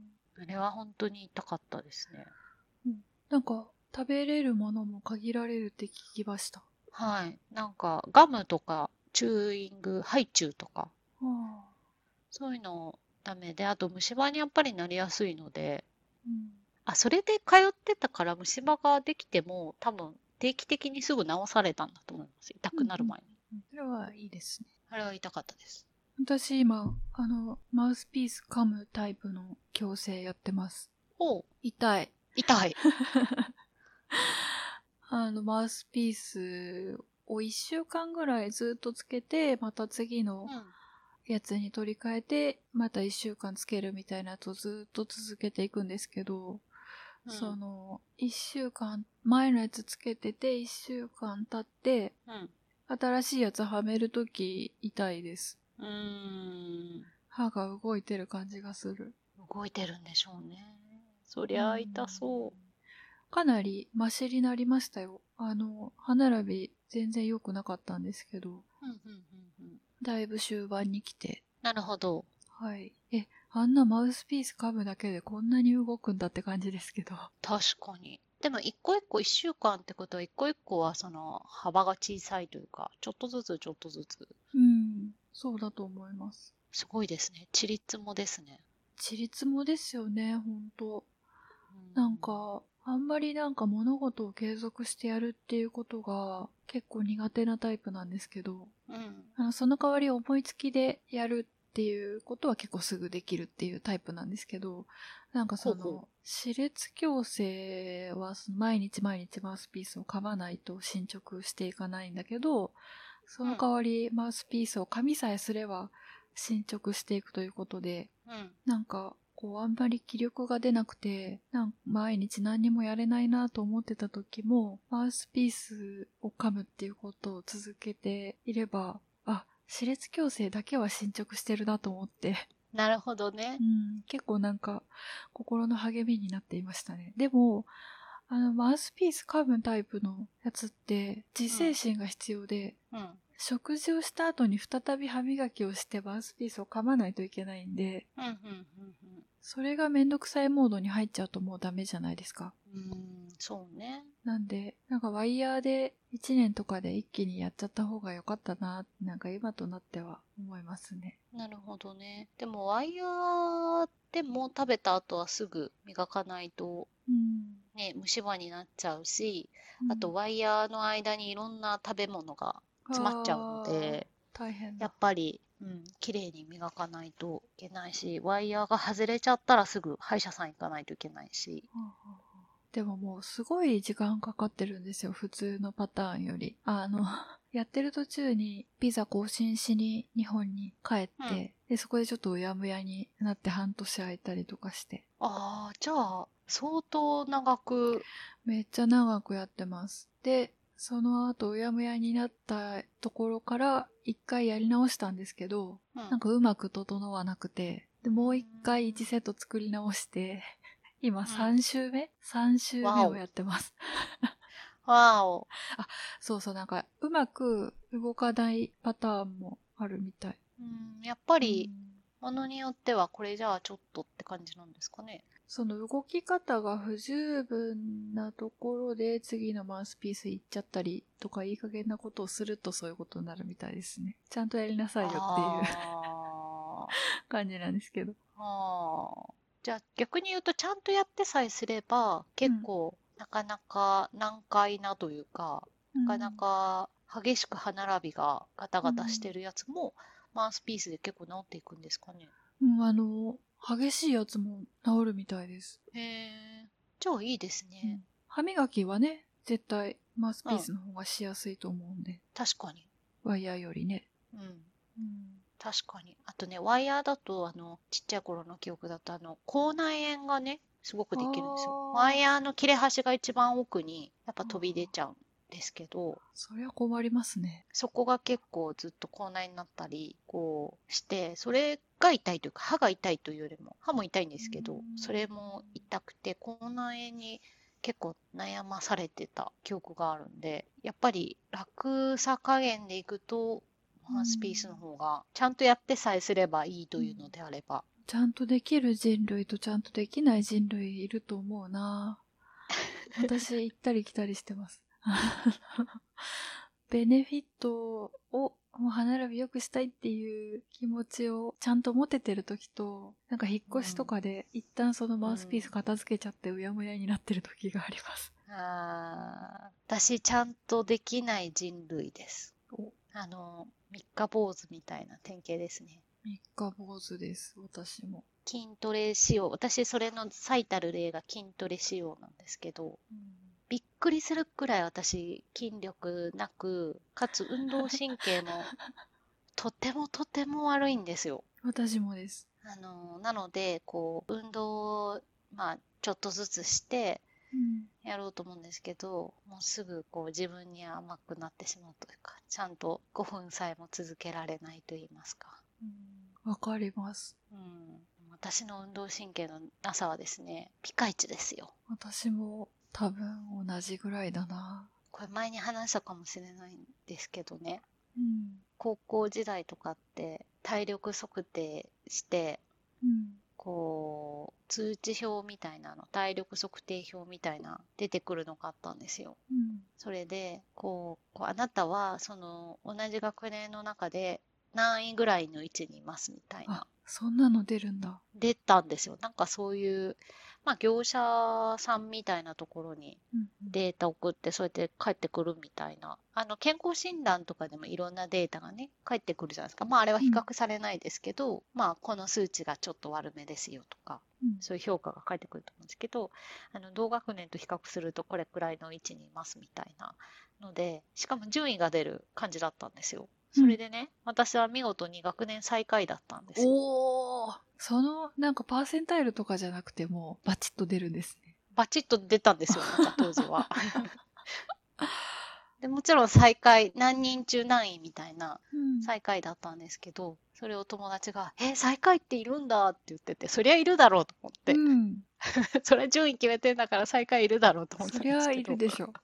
S1: あれは本当に痛かったですね。
S2: うん。なんか、食べれるものも限られるって聞きました。
S1: はい。なんか、ガムとか、チューイング、ハイチュウとか、
S2: ああ。
S1: そういうのダメで、あと虫歯にやっぱりなりやすいので、
S2: うん。
S1: それで通ってたから虫歯ができても、多分定期的にすぐ治されたんだと思います。痛
S2: うん。うん。
S1: くなる前に。
S2: うん。それはいいですね。
S1: あれは痛かったです。
S2: 私今、マウスピース噛むタイプの矯正やってます。
S1: おう、
S2: 痛い。
S1: 痛い。
S2: マウスピースを1週間ぐらいずっとつけて、また次の
S1: うん。
S2: やつに取り替えて、また1週間つけるみたいなやつをずっと続けていくんですけど、
S1: うん。
S2: 1週間、前のやつつけてて1週間経って、
S1: うん。
S2: 新しいやつはめるとき痛いです。
S1: うーん。
S2: 歯が動いてる感じがする。
S1: 動いてるんでしょうね。そ
S2: う
S1: りゃあ痛
S2: ん。
S1: そう。
S2: かなりマシになりましたよ。歯並び全然良くなかったんですけど、
S1: うんうんうんうん。
S2: だいぶ終盤に来て、
S1: なるほど。
S2: はい。あんなマウスピース噛むだけでこんなに動くんだって感じですけど。
S1: 確かに。 でも一個一個1週間ってことは一個一個はその幅が小さいというか、ちょっとずつちょっとずつ。
S2: うん、そうだと思います。
S1: すごいですね。ちりつもですね。
S2: ちりつもですよね、ほんと。
S1: うん。
S2: なんか、あんまりなんか物事を継続してやるっていうことが結構苦手なタイプなんですけど、
S1: うん。
S2: その代わり思いつきでやるっていうことは結構すぐできるっていうタイプなんですけど、なんか
S1: ほうほ
S2: 歯列矯正は毎日毎日マウスピースを噛まないと進捗していかないんだけど、そ
S1: う。う
S2: の
S1: ん。
S2: 代わりマウスピースを噛みさえすれば進捗していくということで、
S1: うん。
S2: なんか、あんまり気力が出なくて、毎日何にもやれないなと思ってた時も、マウスピースを噛むっていうことを続けていれば、あ、歯列矯正だけは進捗してるなと思って、
S1: なるほどね。
S2: 結構なんか、心の励みになっていましたね。でも、マウスピース噛むタイプのやつって、自
S1: うん。
S2: 制心が必要で、
S1: うん。
S2: 食事をした後に再び歯磨きをしてマウスピースを噛まないといけないんで、
S1: うん。うん。うん。
S2: それがめんどくさいモードに入っちゃうともうダメじゃないですか。
S1: うん。そうね。
S2: なんで、なんかワイヤーで1年とかで一気にやっちゃった方が良かったなって、なんか今となっては思いますね。
S1: なるほどね。でもワイヤーでも食べた後はすぐ磨かないと
S2: うん。
S1: ね、虫歯になっちゃうし、
S2: うん。
S1: あとワイヤーの間にいろんな食べ物が詰まっちゃうの
S2: あー、
S1: で、やっ
S2: 大変だ。
S1: ぱり、綺麗に磨かないといけないし、ワイヤーが外れちゃったらすぐ歯医者さん行かないといけないし。
S2: はあはあはあ。でももうすごい時間かかってるんですよ、普通のパターンより。やってる途中にビザ更新しに日本に帰っ
S1: うん。
S2: て、で、そこでちょっとうやむやになって半年空いたりとかして。
S1: ああ、じゃあ、相当長く、
S2: めっちゃ長くやってます。で、その後うやむやになったところから一回やり直したんですけど、
S1: うん。
S2: なんかうまく整わなくて、で、もう一回1セット作り直して、今
S1: うん。
S2: 3週目 ?3 週目を
S1: わお。
S2: やってます。
S1: わお。
S2: あ、そうそう、なんかうまく動かないパターンもあるみたい。
S1: やっぱ
S2: う
S1: り、
S2: ん。
S1: ものによってはこれじゃあちょっとって感じなんですかね。
S2: その動き方が不十分なところで次のマウスピース行っちゃったりとかいい加減なことをするとそういうことになるみたいですね。ちゃんとやりなさいよっていう
S1: ああ。
S2: 感じなんですけど。
S1: ああ。じゃあ逆に言うとちゃんとやってさえすれば
S2: うん。
S1: 結構なかなか難解なというか、
S2: うん。
S1: なかなか激しく歯並びがガタ
S2: うん。
S1: ガタしてるやつもマウスピースで結構治っていくんですかね。
S2: うん、激しいやつも治るみたいです。
S1: へえ。じゃあいいですね。
S2: うん。歯磨きはね、絶対マウス
S1: うん。
S2: ピースの方がしやすいと思うんで。
S1: 確かに。
S2: ワイヤーよりね。
S1: うん。
S2: うん。
S1: 確かに。あとね、ワイヤーだと、ちっちゃい頃の記憶だと、口内炎がね、すごく
S2: あ
S1: できるんですよ。ワイ
S2: あ。
S1: ヤーの切れ端が一番奥に、やっぱ飛び出ちゃうんですけど、
S2: そりゃ困りますね。
S1: そこが結構ずっと口内になったり、こうして、それが痛いというか、歯が痛いというよりも、歯も痛いんで
S2: うー
S1: すけど、それも
S2: ん。
S1: 痛くて、口内炎に結構悩まされてた記憶があるんで、やっぱり楽さ加減でいくと、
S2: う
S1: マウスピースの
S2: ん。
S1: 方が、ちゃんとやってさえすればいい
S2: うん。
S1: というのであれば。
S2: ちゃんとできる人類とちゃんとできない人類いると思うな。私行ったり来たりしてます。ベネフィットをもう歯並び良くしたいっていう気持ちをちゃんと持ててる時と、なんか引っ越しと
S1: うん。
S2: かで一旦そのマウスピース
S1: うん。
S2: 片付けちゃってうやむやになってる時があります。
S1: 私、ちゃんとできない人類です。
S2: お、
S1: 三日坊主みたいな典型ですね。
S2: 三日坊主です、私も。
S1: 筋トレ仕様。私、それの最たる例が筋トレ仕様なんですけど、
S2: うん、
S1: びっくりするくらい私、筋力なく、かつ運動神経もとてもとても悪いんですよ。
S2: 私もです。
S1: なので、こう、運動を、ちょっとずつして
S2: うん。
S1: やろうと思うんですけど、もうすぐこう自分に甘くなってしまうというか、ちゃんと5分さえも続けられないと言いますか。
S2: うん、わかります。
S1: うん。私の運動神経のなさはですね、ピカイチですよ。
S2: 私も多分同じぐらいだな。
S1: これ前に話したかもしれないんですけどね、
S2: うん。
S1: 高校時代とかって体力測定して、
S2: うん。
S1: こう、通知表みたいなの、体力測定表みたいな出てくるのがあったんですよ。それで、あなたは、同じ学年の中で何位ぐらいの位置にいますみたいな。
S2: そんなの出るんだ。
S1: 出たんですよ。なんかそういう、業者さんみたいなところにデータ送って、そうやって帰ってくるみたいな。健康診断とかでもいろんなデータがね、返ってくるじゃないですか。あれは比較されないですけど、この数値がちょっと悪めですよとか、そういう評価が返ってくると思うんですけど、同学年と比較するとこれくらいの位置にいますみたいなので、しかも順位が出る感じだったんですよ。それでね、私は見事に学年最下位だったんですよ。
S2: おー。なんかパーセンタイルとかじゃなくても、バチッと出るんですね。
S1: バチッと出たんですよ、なんか当時は。でもちろん最下位、何人中何位みたいな最下位だったんですけど、それを友達が、最下位っているんだって言ってて、そりゃいるだろうと思って。それ順位決めてんだから最下位いるだろうと思ったんですけど。
S2: そりゃいるでしょ。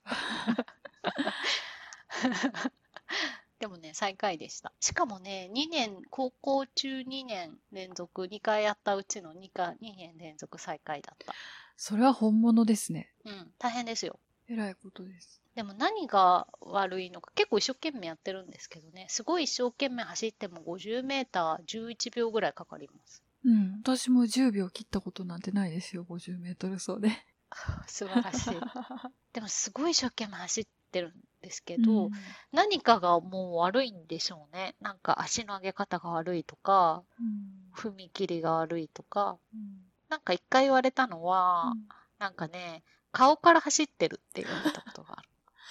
S1: でもね、最下位でした。しかもね、高校中2年連続、2回やったうちの2年連続最下位だった。
S2: それは本物ですね。
S1: 大変ですよ。
S2: えらいことです。
S1: でも何が悪いのか、結構一生懸命やってるんですけどね、すごい一生懸命走っても50メーター11秒ぐらいかかります。
S2: 私も10秒切ったことなんてないですよ、50メートル走で。
S1: 素晴らしい。でもすごい一生懸命走ってるんですけど、何かがもう悪いんでしょうね。なんか足の上げ方が悪いとか、踏み切りが悪いとか、なんか一回言われたのは、なんかね、顔から走ってるって言われたことがある。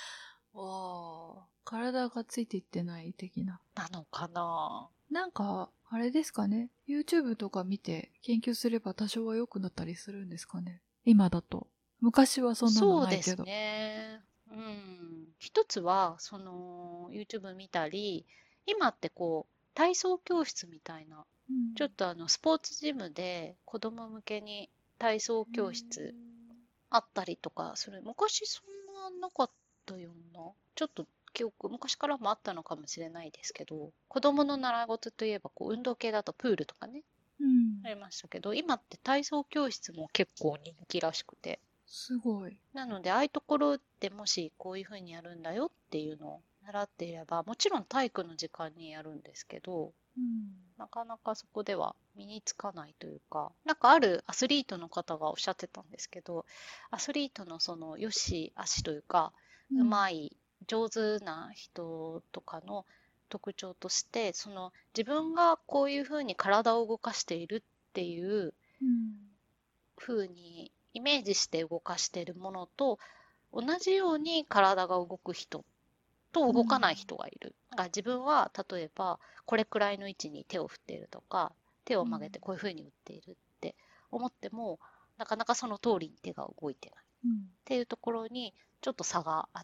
S2: 体がついていってない的な。
S1: なのかな。
S2: なんか、あれですかね。YouTube とか見て研究すれば多少は良くなったりするんですかね。今だと。昔はそんなのないけど。
S1: そうですね。一つは、YouTube 見たり、今って体操教室みたいな、ちょっとスポーツジムで子供向けに体操教室あったりとかする。昔そんななかったような。ちょっと記憶、昔からもあったのかもしれないですけど、子供の習い事といえば、運動系だとプールとかね、ありましたけど、今って体操教室も結構人気らしくて。
S2: すごい。
S1: なので、ああいうところでもしこういうふうにやるんだよっていうのを習っていれば、もちろん体育の時間にやるんですけど、なかなかそこでは身につかないというか、なんかあるアスリートの方がおっしゃってたんですけど、アスリートの良し悪しというか、うまい、上手な人とかの特徴として、自分がこういうふうに体を動かしているっていうふうにイメージして動かしているものと同じように体が動く人と動かない人がいる。だから自分は例えばこれくらいの位置に手を振っているとか、手を曲げてこういうふうに打っているって思っても、なかなかその通りに手が動いてない、っていうところにちょっと差があって、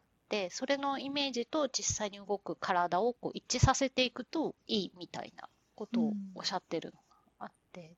S1: それのイメージと実際に動く体を一致させていくといいみたいなことをおっしゃってるのがあって、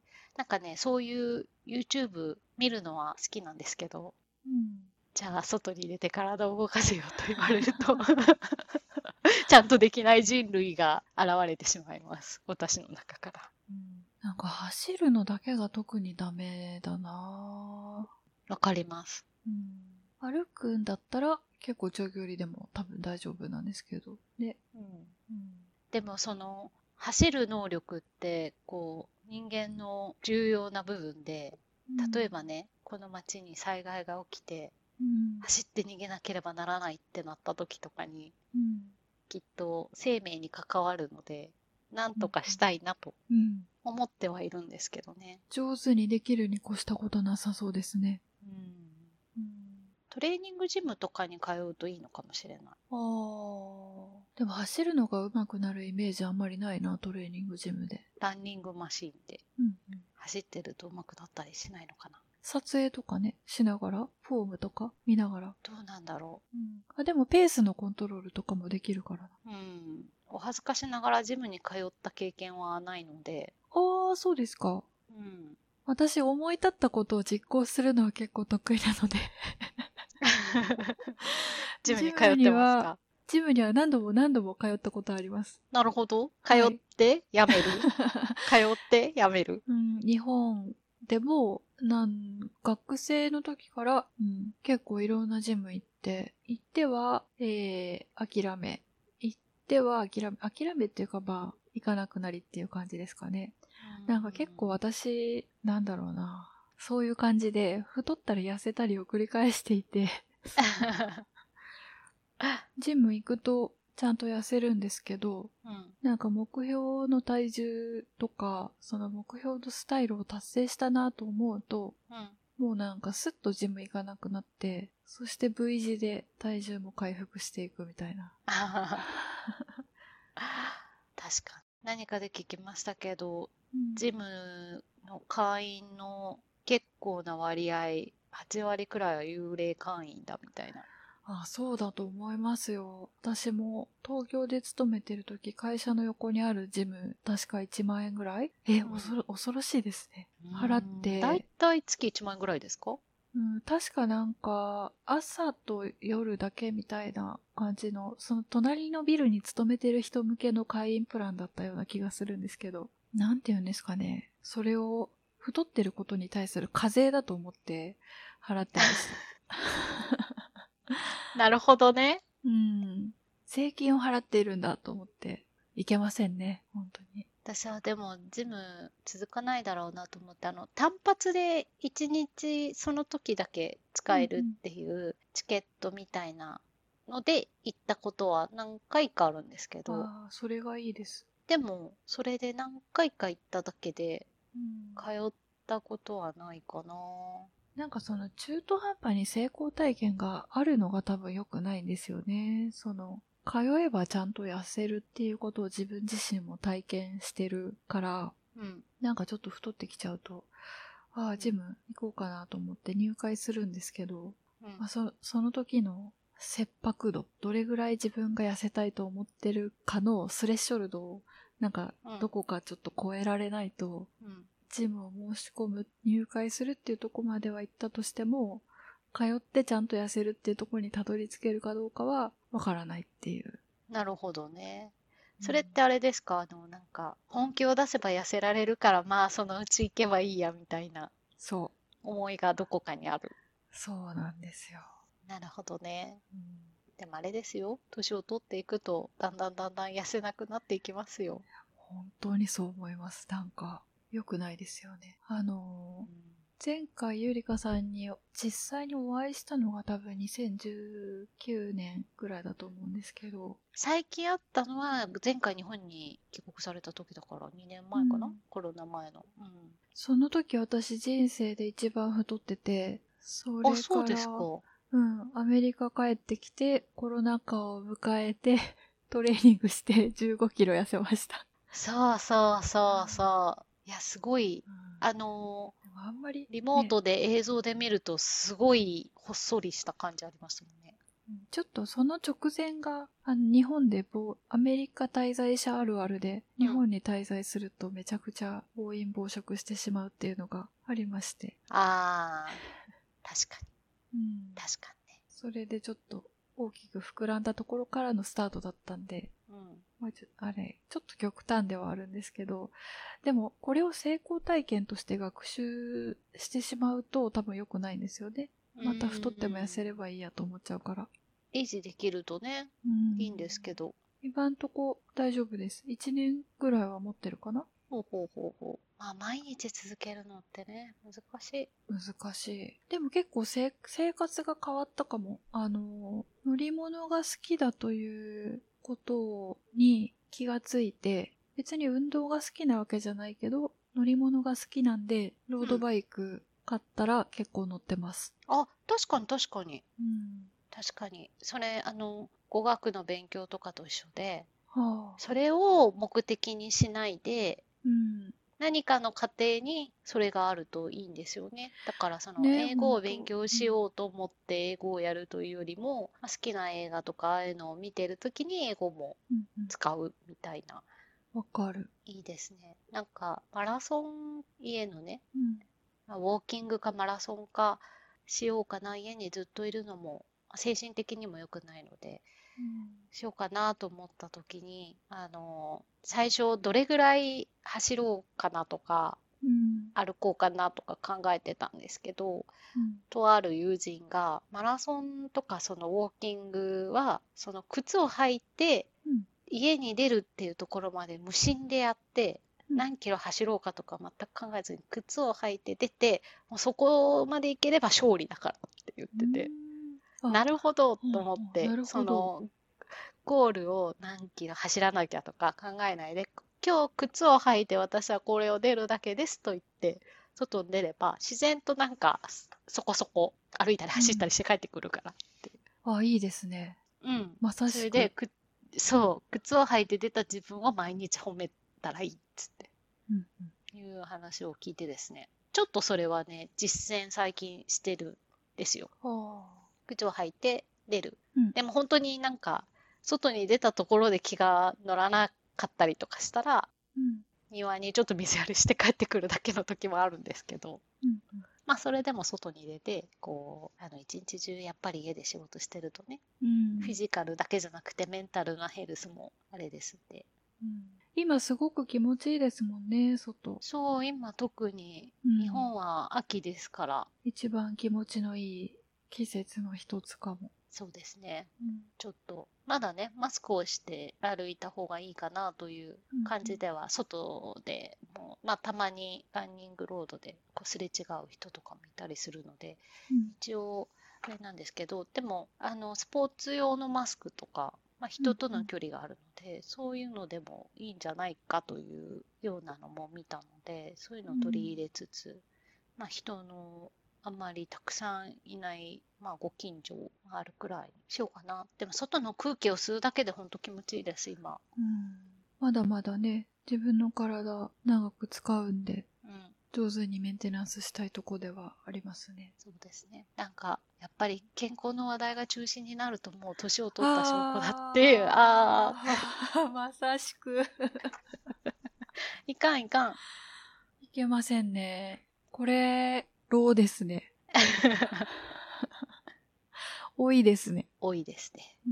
S1: なんかね、そういう YouTube 見るのは好きなんですけど、じゃあ外に出て体を動かせよと言われるとちゃんとできない人類が現れてしまいます、私の中から。
S2: なんか走るのだけが特にダメだな。
S1: わかります。
S2: 歩くんだったら結構長距離でも多分大丈夫なんですけどね。
S1: でも走る能力って人間の重要な部分で、例えばね、この街に災害が起きて、走って逃げなければならないってなった時とかに、きっと生命に関わるので、なんとかしたいなと思ってはいるんですけどね。
S2: 上手にできるに越したことなさそうですね。
S1: トレーニングジムとかに通うといいのかもしれない。
S2: でも走るのが上手くなるイメージあんまりないな、トレーニングジムで。
S1: ランニングマシーンで走ってると上手くなったりしないのかな。
S2: 撮影とかね、しながら、フォームとか見ながら。
S1: どうなんだろ
S2: う。でもペースのコントロールとかもできるからな。
S1: お恥ずかしながらジムに通った経験はないので。
S2: そうですか。私思い立ったことを実行するのは結構得意なので
S1: ジムに通ってますか？
S2: ジムには何度も通ったことあります。
S1: なるほど。通ってやめる通ってやめる。
S2: 日本でも、学生の時から、結構いろんなジム行っては、諦め、行っては諦めっていうかまあ、行かなくなりっていう感じですかね。なんか結構私、なんだろうな。そういう感じで、太ったり痩せたりを繰り返していて、ジム行くとちゃんと痩せるんですけど、
S1: うん。
S2: なんか目標の体重とか、その目標のスタイルを達成したなと思うと、
S1: うん。
S2: もうなんかスッとジム行かなくなって、そして V 字で体重も回復していくみたいな。
S1: 確かに。何かで聞きましたけど、
S2: うん、
S1: ジムの会員の結構な割合、8割くらいは幽霊会員だみたいな。
S2: あ、そうだと思いますよ。私も東京で勤めてる時、会社の横にあるジム、確か1万円ぐらい
S1: うん。
S2: 恐ろしいですね。
S1: う
S2: 払っ
S1: ん。だい
S2: て、
S1: たい月1万円ぐらいですか？
S2: 確かなんか、朝と夜だけみたいな感じの、その隣のビルに勤めてる人向けの会員プランだったような気がするんですけど、なんて言うんですかね。それを太ってることに対する課税だと思って払ってました。
S1: なるほどね。
S2: うん。税金を払っているんだと思って、いけませんね。本当に。
S1: 私はでもジム続かないだろうなと思って、単発で1日その時だけ使える
S2: うん。
S1: っていうチケットみたいなので行ったことは何回かあるんですけど、
S2: ああ、それがいいです。
S1: でもそれで何回か行っただけで
S2: うん。
S1: 通ったことはないかな。
S2: なんかその中途半端に成功体験があるのが多分良くないんですよね。通えばちゃんと痩せるっていうことを自分自身も体験してるから、
S1: うん。
S2: なんかちょっと太ってきちゃうと、ああ、
S1: うん。
S2: ジム行こうかなと思って入会するんですけど、
S1: うん。
S2: その時の切迫度、どれぐらい自分が痩せたいと思ってるかのスレッショルドを、なんか
S1: うん。
S2: どこかちょっと超えられないと、
S1: うん。
S2: ジムを申し込む、入会するっていうとこまでは行ったとしても、通ってちゃんと痩せるっていうところにたどり着けるかどうかはわからないっていう。
S1: なるほどね。
S2: うん、
S1: それってあれですか？なんか、本気を出せば痩せられるから、まあ、そのうち行けばいいや、みたいな
S2: そう。
S1: 思いがどこかにある。
S2: そうなんですよ。
S1: なるほどね。
S2: うん、
S1: でもあれですよ。年を取っていくと、だんだん痩せなくなっていきますよ。
S2: 本当にそう思います。なんか、良くないですよね。
S1: うん。
S2: 前回ゆりかさんに実際にお会いしたのが多分2019年ぐらいだと思うんですけど、
S1: 最近あったのは、前回日本に帰国された時だから2年前かな、
S2: うん、
S1: コロナ前の。
S2: その時私人生で一番太ってて、そ
S1: うん。あ、
S2: れ
S1: そう
S2: から、
S1: ですか。
S2: アメリカ帰ってきて、コロナ禍を迎えて、トレーニングして15キロ痩せました。
S1: そうそうそうそう。いや、すごい。
S2: うん、
S1: あの
S2: でもあんまり
S1: リモー
S2: ね、
S1: トで映像で見るとすごいほっそりした感じありますもんね。
S2: ちょっとその直前が、日本でアメリカ滞在者あるあるで、日
S1: うん。
S2: 本に滞在するとめちゃくちゃ暴飲暴食してしまうっていうのがありまして。
S1: ああ、確かに、
S2: うん。
S1: 確かにね。
S2: それでちょっと大きく膨らんだところからのスタートだったんで、
S1: うん。
S2: まあ、ちょっと極端ではあるんですけど、でもこれを成功体験として学習してしまうと多分良くないんですよね。
S1: う
S2: また太っても痩せ
S1: ん。
S2: ればいいやと思っちゃうから。
S1: 維持できるとね、
S2: うん。
S1: いいんですけど。
S2: 今んとこ大丈夫です。1年ぐらいは持ってるかな。
S1: ほうほうほうほう。まあ、毎日続けるのってね、難しい。
S2: 難しい。でも結構生活が変わったかも。乗り物が好きだということに気がついて、別に運動が好きなわけじゃないけど、乗り物が好きなんで、ロード
S1: うん。
S2: バイク買ったら結構乗ってます。
S1: あ、確かに確かに。
S2: うん。
S1: 確かに。それ、語学の勉強とかと一緒で、
S2: はあ。
S1: それを目的にしないで、
S2: うん。
S1: 何かの過程にそれがあるといいんですよね。だからその
S2: ね、
S1: 英語を勉
S2: ほんと。うん。
S1: 強しようと思って英語をやるというよりも、好きな映画とかああいうのを見てるときに英語も
S2: うんうん。
S1: 使うみたいな。
S2: わかる。
S1: いいですね。なんかマラソン家のね、
S2: うん。
S1: ウォーキングかマラソンかしようかな、家にずっといるのも精神的にも良くないので、
S2: うん。
S1: しようかなと思った時に、最初どれぐらい走ろうかなとか、
S2: うん
S1: 歩こうかなとか考えてたんですけど、
S2: うん
S1: とある友人がマラソンとかそのウォーキングはその靴を履いて
S2: うん
S1: 家に出るっていうところまで無心でやって、
S2: うん
S1: 何キロ走ろうかとか全く考えずに靴を履いて出て、もうそこまで行ければ勝利だからって言っ
S2: う
S1: てて、
S2: ん。あ、
S1: なるほど
S2: ほう
S1: と思っ
S2: ほう、な
S1: て、
S2: るほど。
S1: そのゴールを何キロ走らなきゃとか考えないで、今日靴を履いて私はこれを出るだけですと言って、外に出れば自然となんかそこそこ歩いたり
S2: うん。
S1: 走ったりして帰ってくるからって。
S2: あ、いいですね。
S1: うん。
S2: まさしく。
S1: それでそう、靴を履いて出た自分を毎日褒めたらいいっつって
S2: うん
S1: いう話を聞いてですね。ちょっとそれはね、実践最近してるんですよ。
S2: うん。あ
S1: 靴を履いて出る。
S2: うん。
S1: でも本当になんか、外に出たところで気が乗らなかったりとかしたら、
S2: うん。
S1: 庭にちょっと水やりして帰ってくるだけの時もあるんですけど、
S2: うん。
S1: まあそれでも外に出て、こう、一日中やっぱり家で仕事してるとね、
S2: うん。
S1: フィジカルだけじゃなくてメンタルなヘルスもあれですんで。
S2: うん。今すごく気持ちいいですもんね、外。
S1: そう、今特に
S2: うん。
S1: 日本は秋ですから、
S2: 一番気持ちのいい季節の一つかも。
S1: そうですね。
S2: うん。
S1: ちょっと、まだね、マスクをして歩いた方がいいかなという
S2: うん
S1: 感じでは、外でも、まあ、たまにランニングロードでこうすれ違う人とかもいたりするので、
S2: うん。
S1: 一応、あれなんですけど、でも、スポーツ用のマスクとか、まあ、
S2: うん。
S1: 人との
S2: うん。
S1: 距離があるので、そういうのでもいいんじゃないかというようなのも見たので、そういうのを取り入れつつ、まあ、人のあんまりたくさんいない、まあ、ご近所があるくらいにしようかな。でも、外の空気を吸うだけで本当気持ちいいです、今。
S2: うん。まだまだね、自分の体長く使うんで、
S1: うん、
S2: 上手にメンテナンスしたいとこではありますね。
S1: そうですね。なんか、やっぱり健康の話題が中心になるともう年を取った証拠だっていう、ああ、
S2: あまさしく。
S1: いかんいかん。
S2: いけませんね。これ、ローですね。多いですね。
S1: 多いですね。
S2: うん。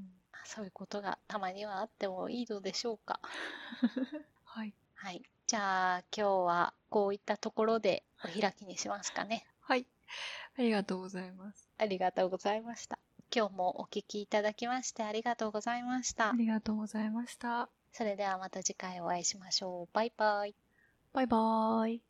S1: そういうことがたまにはあってもいいのでしょうか。
S2: はい。
S1: はい。じゃあ、今日はこういったところでお開きにしますかね。
S2: はい。ありがとうございます。
S1: ありがとうございました。今日もお聞きいただきましてありがとうございまし
S2: あ
S1: た。
S2: りがとうございました。
S1: それではまた次回お会いしましょう。バイバイ。
S2: バイバーイ。